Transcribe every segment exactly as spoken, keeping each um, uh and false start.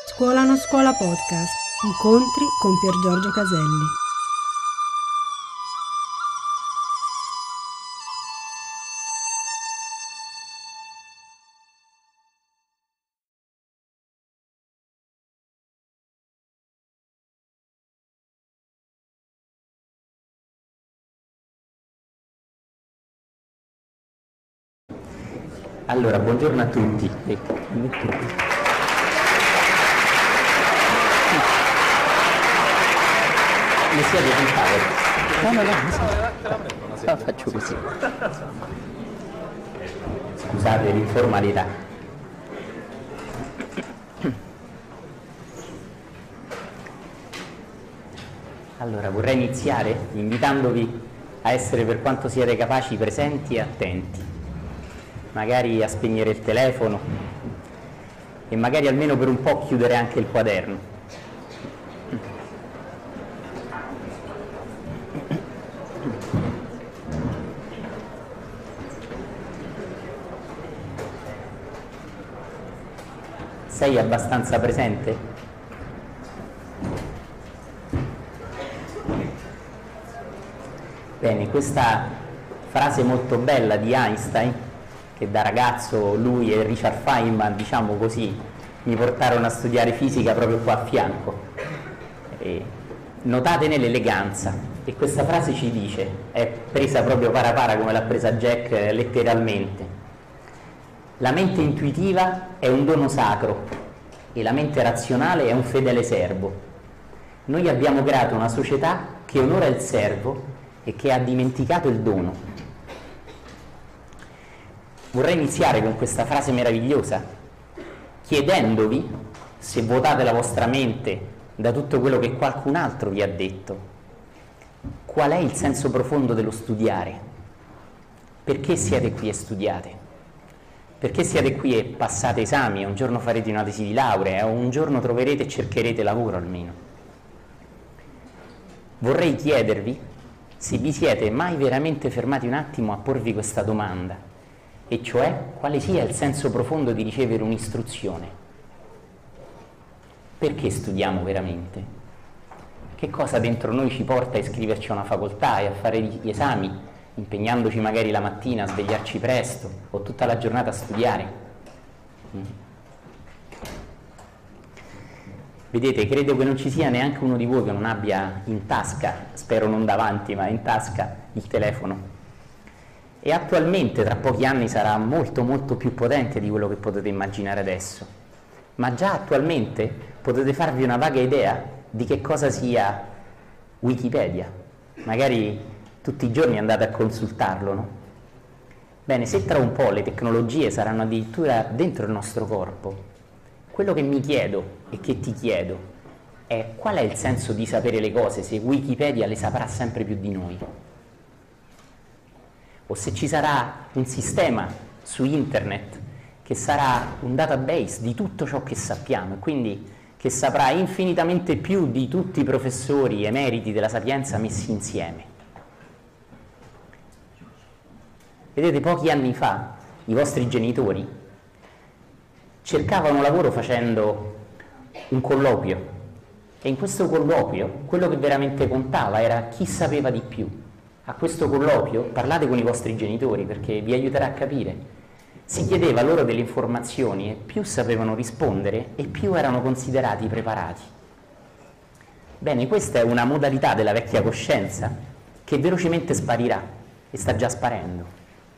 Scuola non scuola podcast. Incontri con Pier Giorgio Caselli. Allora, buongiorno a tutti. Mi siete sul tavolo? No, no, no, no, faccio così. Scusate l'informalità. Allora, vorrei iniziare invitandovi a essere, per quanto siete capaci, presenti e attenti. Magari a spegnere il telefono e magari almeno per un po' chiudere anche il quaderno. Sei abbastanza presente? Bene, questa frase molto bella di Einstein, che da ragazzo lui e Richard Feynman, diciamo così, mi portarono a studiare fisica proprio qua a fianco. E notatene l'eleganza, e questa frase ci dice, è presa proprio para para come l'ha presa Jack letteralmente: la mente intuitiva è un dono sacro e la mente razionale è un fedele servo. Noi abbiamo creato una società che onora il servo e che ha dimenticato il dono. Vorrei iniziare con questa frase meravigliosa, chiedendovi se vuotate la vostra mente da tutto quello che qualcun altro vi ha detto, qual è il senso profondo dello studiare? Perché siete qui e studiate? Perché siete qui e passate esami, e un giorno farete una tesi di laurea, o un giorno troverete e cercherete lavoro almeno? Vorrei chiedervi se vi siete mai veramente fermati un attimo a porvi questa domanda, e cioè quale sia il senso profondo di ricevere un'istruzione. Perché studiamo veramente? Che cosa dentro noi ci porta a iscriverci a una facoltà e a fare gli esami, impegnandoci magari la mattina a svegliarci presto o tutta la giornata a studiare? Mm. Vedete, credo che non ci sia neanche uno di voi che non abbia in tasca, spero non davanti, ma in tasca il telefono. E attualmente, tra pochi anni, sarà molto molto più potente di quello che potete immaginare adesso. Ma già attualmente potete farvi una vaga idea di che cosa sia Wikipedia. Magari tutti i giorni andate a consultarlo, no? Bene, se tra un po' le tecnologie saranno addirittura dentro il nostro corpo, quello che mi chiedo e che ti chiedo è: qual è il senso di sapere le cose se Wikipedia le saprà sempre più di noi? O se ci sarà un sistema su internet che sarà un database di tutto ciò che sappiamo e quindi che saprà infinitamente più di tutti i professori emeriti della Sapienza messi insieme. Vedete, pochi anni fa i vostri genitori cercavano lavoro facendo un colloquio, e in questo colloquio quello che veramente contava era chi sapeva di più. A questo colloquio parlate con i vostri genitori perché vi aiuterà a capire. Si chiedeva loro delle informazioni e più sapevano rispondere e più erano considerati preparati. Bene, questa è una modalità della vecchia coscienza che velocemente sparirà e sta già sparendo.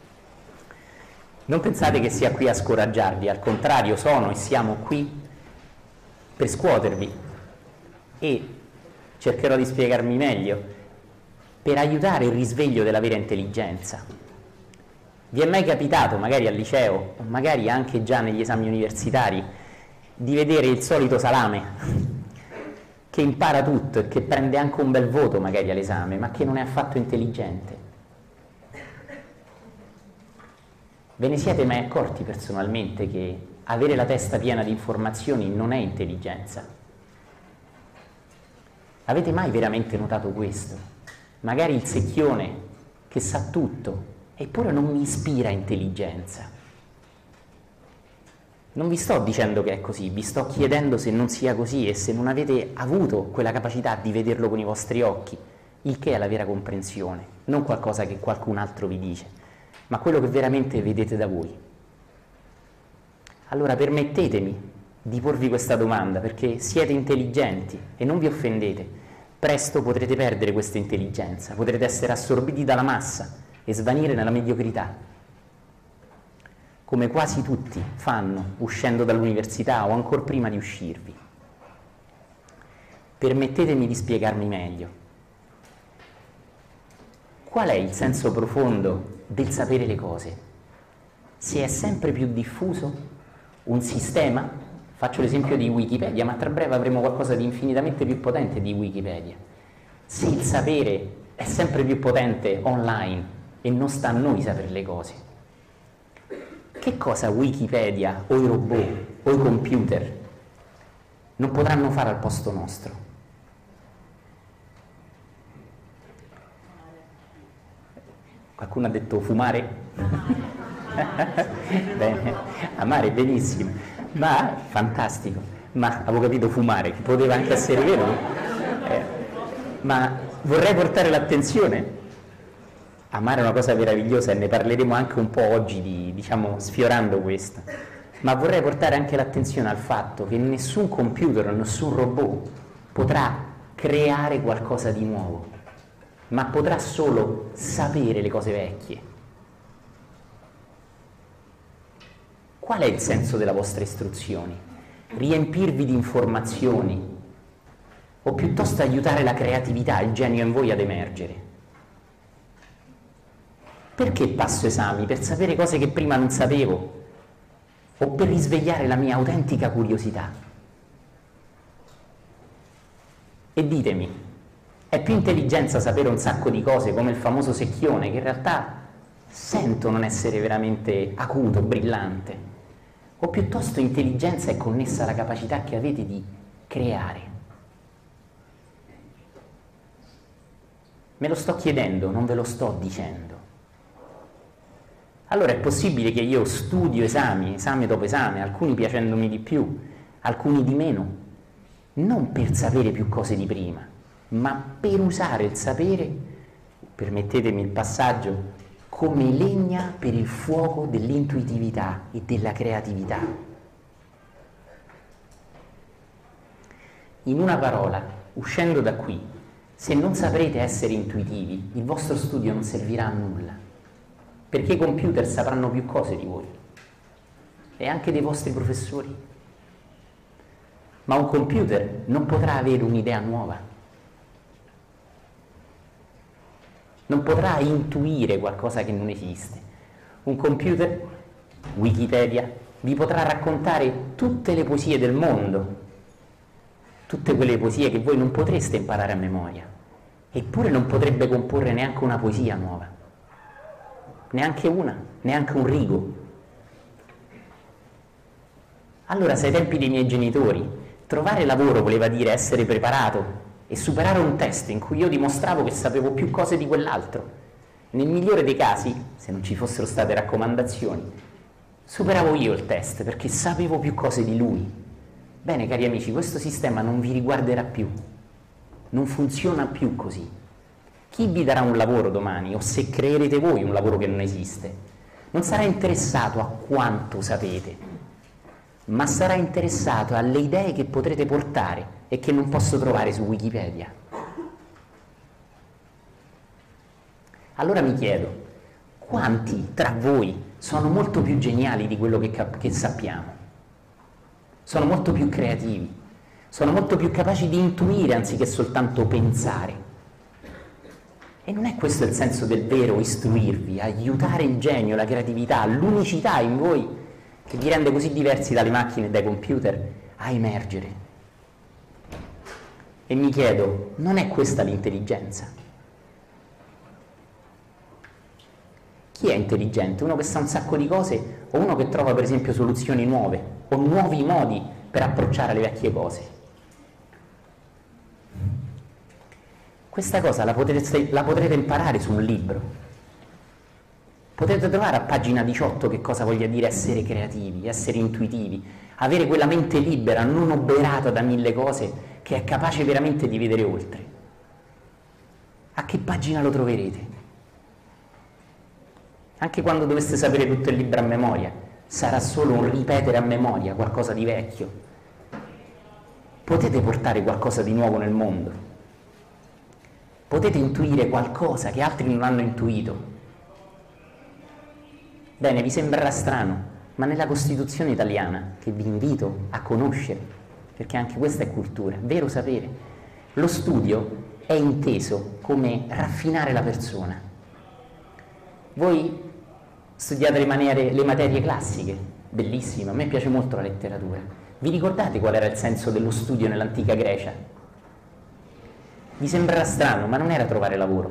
Non pensate che sia qui a scoraggiarvi, al contrario, sono e siamo qui per scuotervi e, cercherò di spiegarmi meglio, per aiutare il risveglio della vera intelligenza. Vi è mai capitato, magari al liceo, o magari anche già negli esami universitari, di vedere il solito salame che impara tutto e che prende anche un bel voto magari all'esame, ma che non è affatto intelligente? Ve ne siete mai accorti personalmente che avere la testa piena di informazioni non è intelligenza? Avete mai veramente notato questo? Magari il secchione che sa tutto, eppure non mi ispira intelligenza. Non vi sto dicendo che è così, vi sto chiedendo se non sia così e se non avete avuto quella capacità di vederlo con i vostri occhi, il che è la vera comprensione, non qualcosa che qualcun altro vi dice, ma quello che veramente vedete da voi. Allora permettetemi di porvi questa domanda, perché siete intelligenti e non vi offendete. Presto potrete perdere questa intelligenza, potrete essere assorbiti dalla massa e svanire nella mediocrità, come quasi tutti fanno uscendo dall'università o ancora prima di uscirvi. Permettetemi di spiegarmi meglio. Qual è il senso profondo del sapere le cose? Se è sempre più diffuso un sistema, faccio l'esempio di Wikipedia, ma tra breve avremo qualcosa di infinitamente più potente di Wikipedia. Se il sapere è sempre più potente online e non sta a noi sapere le cose, che cosa Wikipedia o i robot o i computer non potranno fare al posto nostro? Qualcuno ha detto fumare? Bene, amare, benissimo, ma fantastico, ma avevo capito fumare, che poteva anche essere vero, eh, ma vorrei portare l'attenzione. Amare è una cosa meravigliosa e ne parleremo anche un po' oggi, di, diciamo, sfiorando questo, ma vorrei portare anche l'attenzione al fatto che nessun computer, nessun robot potrà creare qualcosa di nuovo, ma potrà solo sapere le cose vecchie. Qual è il senso delle vostre istruzioni? Riempirvi di informazioni o piuttosto aiutare la creatività, il genio in voi ad emergere? Perché passo esami? Per sapere cose che prima non sapevo o per risvegliare la mia autentica curiosità? E ditemi, è più intelligenza sapere un sacco di cose come il famoso secchione, che in realtà sento non essere veramente acuto, brillante, o piuttosto intelligenza è connessa alla capacità che avete di creare? Me lo sto chiedendo, non ve lo sto dicendo. Allora è possibile che io studio esami, esame dopo esame, alcuni piacendomi di più, alcuni di meno, non per sapere più cose di prima, ma per usare il sapere, permettetemi il passaggio, come legna per il fuoco dell'intuitività e della creatività. In una parola, uscendo da qui, se non saprete essere intuitivi, il vostro studio non servirà a nulla, perché i computer sapranno più cose di voi e anche dei vostri professori, ma un computer non potrà avere un'idea nuova, non potrà intuire qualcosa che non esiste. Un computer, Wikipedia, vi potrà raccontare tutte le poesie del mondo, tutte quelle poesie che voi non potreste imparare a memoria, eppure non potrebbe comporre neanche una poesia nuova. Neanche una, neanche un rigo. Allora, se ai tempi dei miei genitori trovare lavoro voleva dire essere preparato e superare un test in cui io dimostravo che sapevo più cose di quell'altro, nel migliore dei casi, se non ci fossero state raccomandazioni, superavo io il test perché sapevo più cose di lui. Bene, cari amici, questo sistema non vi riguarderà più, non funziona più così. Chi vi darà un lavoro domani, o se creerete voi un lavoro che non esiste, non sarà interessato a quanto sapete, ma sarà interessato alle idee che potrete portare e che non posso trovare su Wikipedia. Allora mi chiedo, quanti tra voi sono molto più geniali di quello che, che sappiamo? Sono molto più creativi, sono molto più capaci di intuire anziché soltanto pensare. E non è questo il senso del vero istruirvi, aiutare il genio, la creatività, l'unicità in voi che vi rende così diversi dalle macchine e dai computer a emergere. E mi chiedo, non è questa l'intelligenza? Chi è intelligente? Uno che sa un sacco di cose o uno che trova per esempio soluzioni nuove o nuovi modi per approcciare le vecchie cose? Questa cosa la potrete, la potrete imparare su un libro, Potete trovare a pagina diciotto che cosa voglia dire essere creativi, essere intuitivi, avere quella mente libera, non oberata da mille cose, che è capace veramente di vedere oltre. A che pagina lo troverete? Anche quando doveste sapere tutto il libro a memoria, sarà solo un ripetere a memoria qualcosa di vecchio. Potete portare qualcosa di nuovo nel mondo. Potete intuire qualcosa che altri non hanno intuito. Bene, vi sembrerà strano, ma nella Costituzione italiana, che vi invito a conoscere, perché anche questa è cultura, vero sapere, lo studio è inteso come raffinare la persona. Voi studiate le, maniere, le materie classiche, bellissime, a me piace molto la letteratura. Vi ricordate qual era il senso dello studio nell'antica Grecia? Vi sembrerà strano, ma non era trovare lavoro.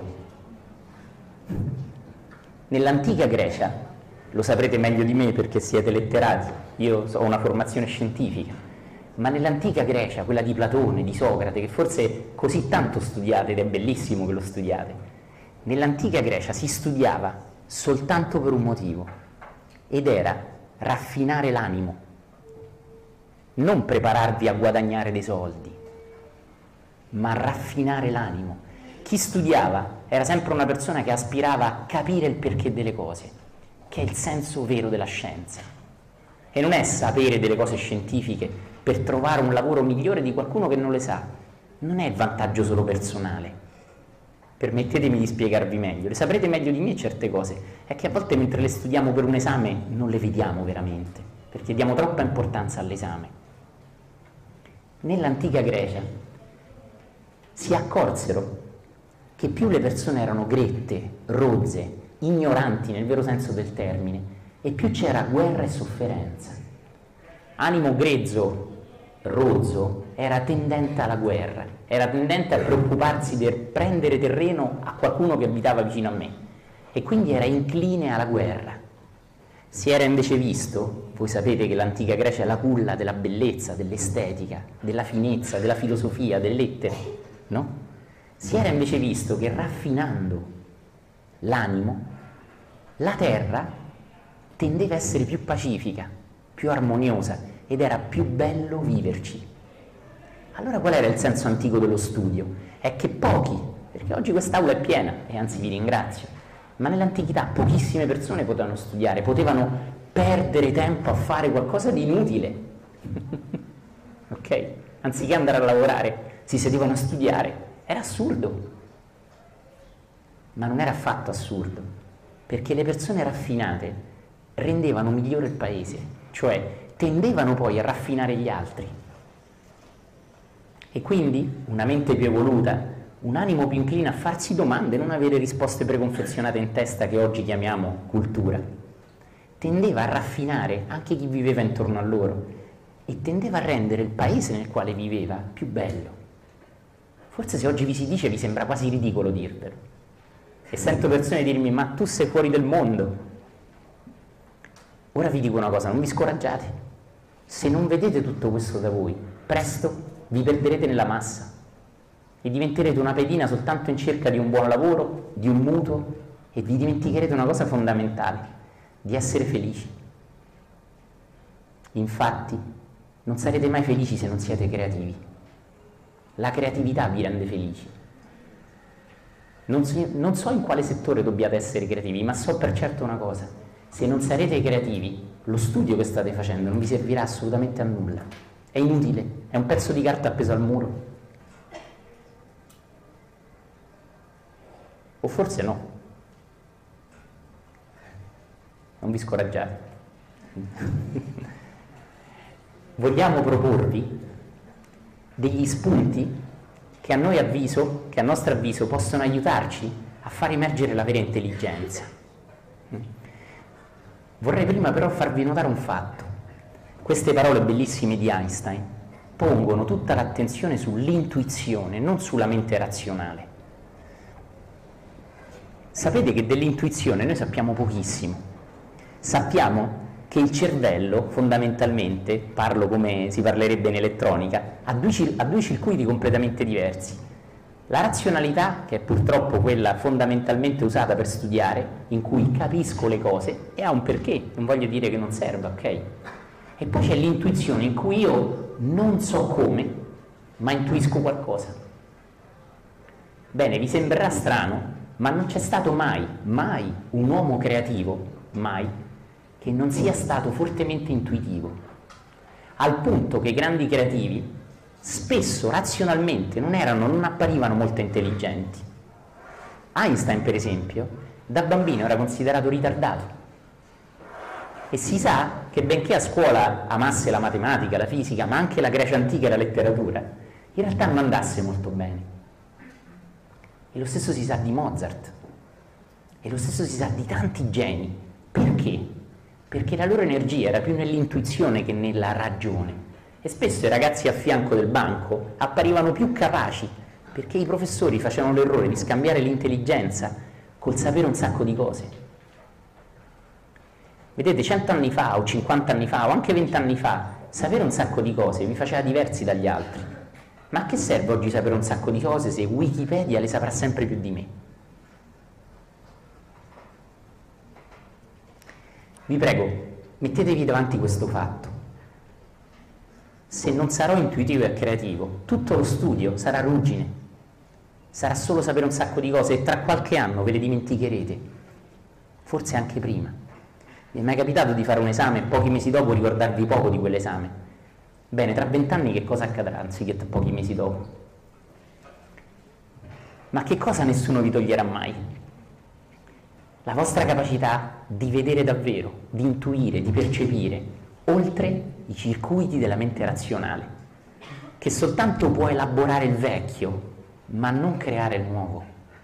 Nell'antica Grecia, lo saprete meglio di me perché siete letterati, io ho una formazione scientifica, ma nell'antica Grecia, quella di Platone, di Socrate, che forse così tanto studiate ed è bellissimo che lo studiate, nell'antica Grecia si studiava soltanto per un motivo, ed era raffinare l'animo, non prepararvi a guadagnare dei soldi, ma raffinare l'animo. Chi studiava era sempre una persona che aspirava a capire il perché delle cose, che è il senso vero della scienza. E non è sapere delle cose scientifiche per trovare un lavoro migliore di qualcuno che non le sa. Non è il vantaggio solo personale. Permettetemi di spiegarvi meglio. Le saprete meglio di me certe cose. È che a volte mentre le studiamo per un esame non le vediamo veramente, perché diamo troppa importanza all'esame. Nell'antica Grecia si accorsero che più le persone erano grette, rozze, ignoranti nel vero senso del termine, e più c'era guerra e sofferenza. Animo grezzo, rozzo, era tendente alla guerra, era tendente a preoccuparsi di prendere terreno a qualcuno che abitava vicino a me, e quindi era incline alla guerra. Si era invece visto, voi sapete che l'antica Grecia è la culla della bellezza, dell'estetica, della finezza, della filosofia, delle lettere, no? Si era invece visto che raffinando l'animo, la terra tendeva a essere più pacifica, più armoniosa, ed era più bello viverci. Allora qual era il senso antico dello studio? È che pochi, perché oggi quest'aula è piena, e anzi vi ringrazio, ma nell'antichità pochissime persone potevano studiare, potevano perdere tempo a fare qualcosa di inutile, ok? Anziché andare a lavorare, si sedevano a studiare. Era assurdo, ma non era affatto assurdo, perché le persone raffinate rendevano migliore il paese, cioè tendevano poi a raffinare gli altri. E quindi una mente più evoluta, un animo più incline a farsi domande, non avere risposte preconfezionate in testa che oggi chiamiamo cultura, tendeva a raffinare anche chi viveva intorno a loro e tendeva a rendere il paese nel quale viveva più bello. Forse se oggi vi si dice vi sembra quasi ridicolo dirvelo. E sento persone dirmi: ma tu sei fuori del mondo. Ora vi dico una cosa, non vi scoraggiate. Se non vedete tutto questo da voi, presto vi perderete nella massa e diventerete una pedina soltanto in cerca di un buon lavoro, di un mutuo, e vi dimenticherete una cosa fondamentale, di essere felici. Infatti, non sarete mai felici se non siete creativi. La creatività vi rende felici. Non so, non so in quale settore dobbiate essere creativi, ma so per certo una cosa: se non sarete creativi, lo studio che state facendo non vi servirà assolutamente a nulla. È inutile, è un pezzo di carta appeso al muro. O forse no. Non vi scoraggiate. Vogliamo proporvi degli spunti che a noi avviso, che a nostro avviso possono aiutarci a far emergere la vera intelligenza. Vorrei prima però farvi notare un fatto. Queste parole bellissime di Einstein pongono tutta l'attenzione sull'intuizione, non sulla mente razionale. Sapete che dell'intuizione noi sappiamo pochissimo. Sappiamo che il cervello, fondamentalmente, parlo come si parlerebbe in elettronica, ha due, ha due circuiti completamente diversi. La razionalità, che è purtroppo quella fondamentalmente usata per studiare, in cui capisco le cose e ha un perché, non voglio dire che non serva, ok? E poi c'è l'intuizione, in cui io non so come, ma intuisco qualcosa. Bene, vi sembrerà strano, ma non c'è stato mai, mai un uomo creativo, mai, che non sia stato fortemente intuitivo, al punto che i grandi creativi spesso razionalmente non erano, non apparivano molto intelligenti. Einstein, per esempio, da bambino era considerato ritardato e si sa che benché a scuola amasse la matematica, la fisica, ma anche la Grecia antica e la letteratura, in realtà non andasse molto bene. E lo stesso si sa di Mozart, e lo stesso si sa di tanti geni. Perché? Perché la loro energia era più nell'intuizione che nella ragione. E spesso i ragazzi a fianco del banco apparivano più capaci perché i professori facevano l'errore di scambiare l'intelligenza col sapere un sacco di cose. Vedete, cento anni fa o cinquanta anni fa o anche venti anni fa sapere un sacco di cose vi faceva diversi dagli altri. Ma a che serve oggi sapere un sacco di cose se Wikipedia le saprà sempre più di me? Vi prego, mettetevi davanti questo fatto. Se non sarò intuitivo e creativo, tutto lo studio sarà ruggine, sarà solo sapere un sacco di cose e tra qualche anno ve le dimenticherete, forse anche prima. Vi è mai capitato di fare un esame e pochi mesi dopo ricordarvi poco di quell'esame? Bene, tra vent'anni che cosa accadrà anziché pochi mesi dopo? Ma che cosa nessuno vi toglierà mai? La vostra capacità di vedere davvero, di intuire, di percepire, oltre i circuiti della mente razionale, che soltanto può elaborare il vecchio, ma non creare il nuovo.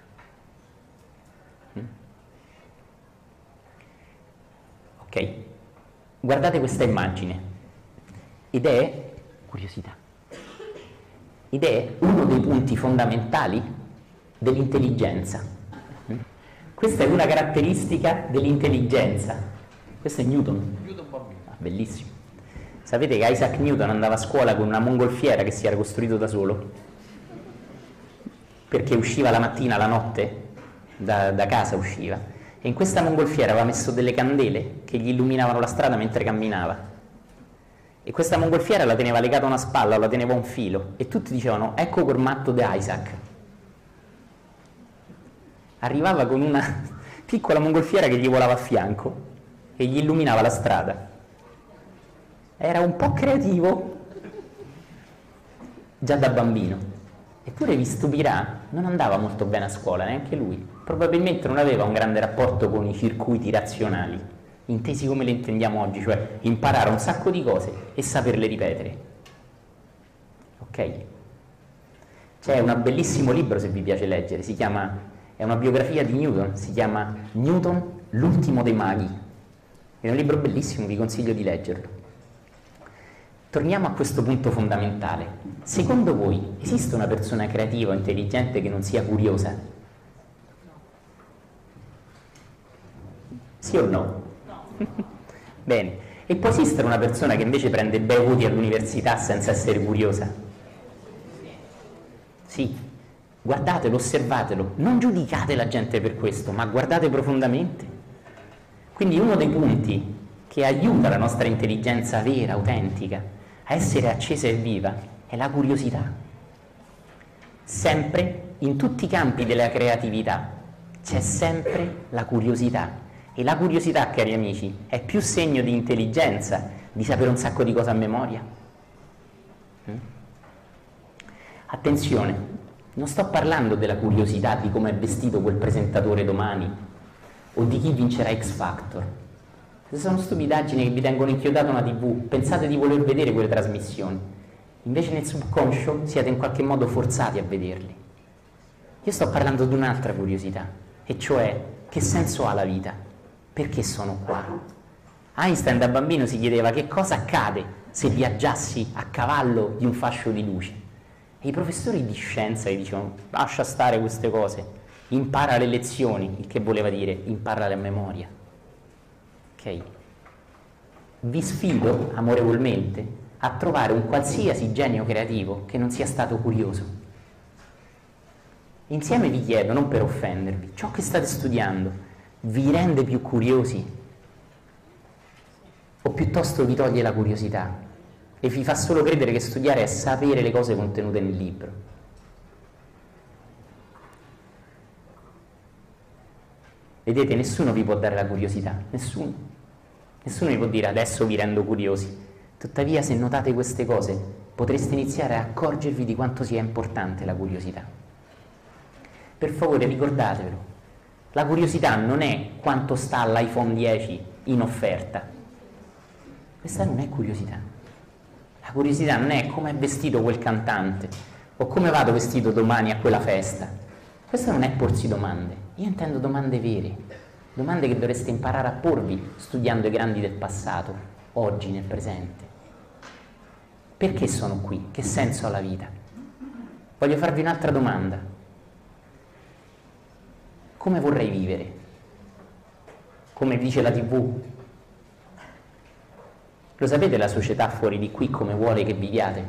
Ok? Guardate questa immagine, ed è, curiosità, ed è uno dei punti fondamentali dell'intelligenza. Questa è una caratteristica dell'intelligenza. Questo è Newton. Newton bambino. Ah, bellissimo. Sapete che Isaac Newton andava a scuola con una mongolfiera che si era costruito da solo? Perché usciva la mattina, la notte, da, da casa usciva, e in questa mongolfiera aveva messo delle candele che gli illuminavano la strada mentre camminava. E questa mongolfiera la teneva legata a una spalla o la teneva a un filo, e tutti dicevano: ecco quel matto di Isaac. Arrivava con una piccola mongolfiera che gli volava a fianco e gli illuminava la strada. Era un po' creativo già da bambino, eppure vi stupirà, non andava molto bene a scuola neanche lui, probabilmente non aveva un grande rapporto con i circuiti razionali, intesi come li intendiamo oggi, cioè imparare un sacco di cose e saperle ripetere. Ok? C'è un bellissimo libro, se vi piace leggere, si chiama, è una biografia di Newton, si chiama Newton, l'ultimo dei maghi. È un libro bellissimo, vi consiglio di leggerlo. Torniamo a questo punto fondamentale. Secondo voi esiste una persona creativa o intelligente che non sia curiosa? Sì o no? No. Bene. E può esistere una persona che invece prende bei voti all'università senza essere curiosa? Sì. Guardatelo, osservatelo, non giudicate la gente per questo, ma guardate profondamente. Quindi uno dei punti che aiuta la nostra intelligenza vera, autentica, a essere accesa e viva è la curiosità. Sempre, in tutti i campi della creatività, c'è sempre la curiosità. E la curiosità, cari amici, è più segno di intelligenza, di sapere un sacco di cose a memoria. Attenzione, non sto parlando della curiosità di come è vestito quel presentatore domani o di chi vincerà X Factor. Queste sono stupidaggini che vi tengono inchiodato a una tivù, pensate di voler vedere quelle trasmissioni, invece nel subconscio siete in qualche modo forzati a vederli. Io sto parlando di un'altra curiosità, e cioè che senso ha la vita? Perché sono qua? Einstein da bambino si chiedeva che cosa accade se viaggiassi a cavallo di un fascio di luce. E i professori di scienza gli dicevano: lascia stare queste cose, impara le lezioni, il che voleva dire imparale a memoria. Ok? Vi sfido amorevolmente a trovare un qualsiasi genio creativo che non sia stato curioso. Insieme vi chiedo, non per offendervi, ciò che state studiando vi rende più curiosi o piuttosto vi toglie la curiosità e vi fa solo credere che studiare è sapere le cose contenute nel libro? Vedete, nessuno vi può dare la curiosità, nessuno. Nessuno vi può dire adesso vi rendo curiosi. Tuttavia, se notate queste cose, potreste iniziare a accorgervi di quanto sia importante la curiosità. Per favore, ricordatevelo. La curiosità non è quanto sta l'iPhone dieci in offerta. Questa non è curiosità. La curiosità non è come è vestito quel cantante o come vado vestito domani a quella festa. Questo non è porsi domande. Io intendo domande vere, domande che dovreste imparare a porvi studiando i grandi del passato, oggi, nel presente. Perché sono qui? Che senso ha la vita? Voglio farvi un'altra domanda. Come vorrei vivere? Come dice la tivù? Lo sapete la società fuori di qui come vuole che viviate?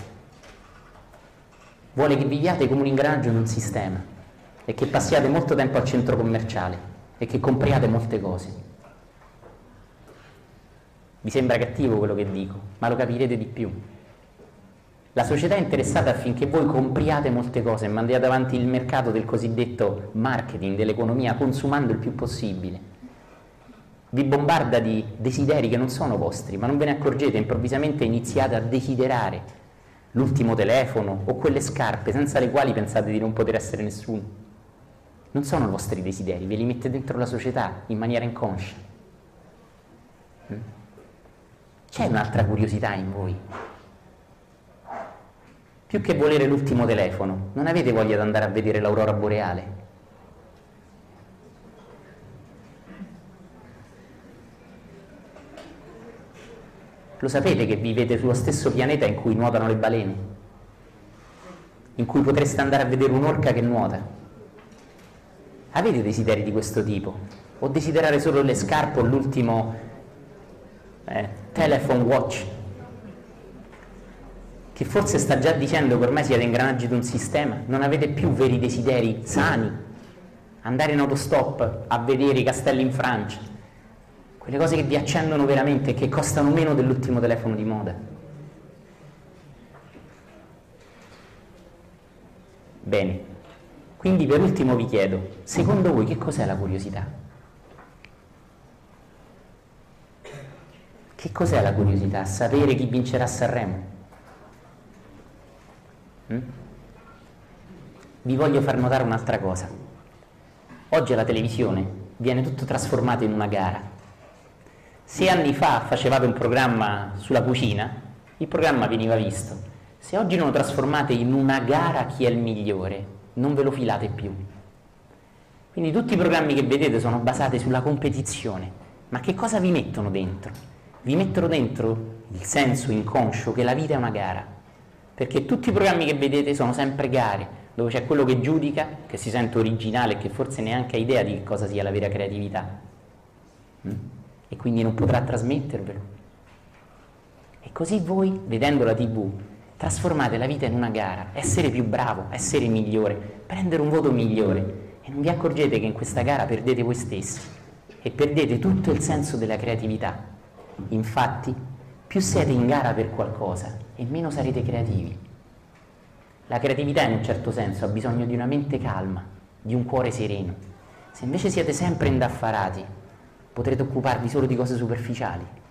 Vuole che viviate come un ingranaggio in un sistema e che passiate molto tempo al centro commerciale e che compriate molte cose. Vi sembra cattivo quello che dico, ma lo capirete di più. La società è interessata affinché voi compriate molte cose e mandiate avanti il mercato del cosiddetto marketing, dell'economia, consumando il più possibile. Vi bombarda di desideri che non sono vostri, ma non ve ne accorgete, improvvisamente iniziate a desiderare l'ultimo telefono o quelle scarpe senza le quali pensate di non poter essere nessuno. Non sono i vostri desideri, ve li mette dentro la società in maniera inconscia. C'è un'altra curiosità in voi. Più che volere l'ultimo telefono, non avete voglia di andare a vedere l'aurora boreale? Lo sapete che vivete sullo stesso pianeta in cui nuotano le balene? In cui potreste andare a vedere un'orca che nuota? Avete desideri di questo tipo? O desiderare solo le scarpe o l'ultimo eh, telephone watch? Che forse sta già dicendo che ormai siete ingranaggi di un sistema, non avete più veri desideri sani, andare in autostop a vedere i castelli in Francia, quelle cose che vi accendono veramente e che costano meno dell'ultimo telefono di moda. Bene, quindi per ultimo vi chiedo, secondo voi che cos'è la curiosità? Che cos'è la curiosità? Sapere chi vincerà a Sanremo? Mm? Vi voglio far notare un'altra cosa. Oggi alla televisione viene tutto trasformato in una gara. Se anni fa facevate un programma sulla cucina, il programma veniva visto. Se oggi non lo trasformate in una gara a chi è il migliore, non ve lo filate più. Quindi tutti i programmi che vedete sono basati sulla competizione. Ma che cosa vi mettono dentro? Vi mettono dentro il senso inconscio che la vita è una gara. Perché tutti i programmi che vedete sono sempre gare, dove c'è quello che giudica, che si sente originale e che forse neanche ha idea di che cosa sia la vera creatività. Mm? E quindi non potrà trasmettervelo. E così voi, vedendo la tivù, trasformate la vita in una gara, essere più bravo, essere migliore, prendere un voto migliore e non vi accorgete che in questa gara perdete voi stessi e perdete tutto il senso della creatività. Infatti, più siete in gara per qualcosa e meno sarete creativi. La creatività in un certo senso ha bisogno di una mente calma, di un cuore sereno. Se invece siete sempre indaffarati, potrete occuparvi solo di cose superficiali.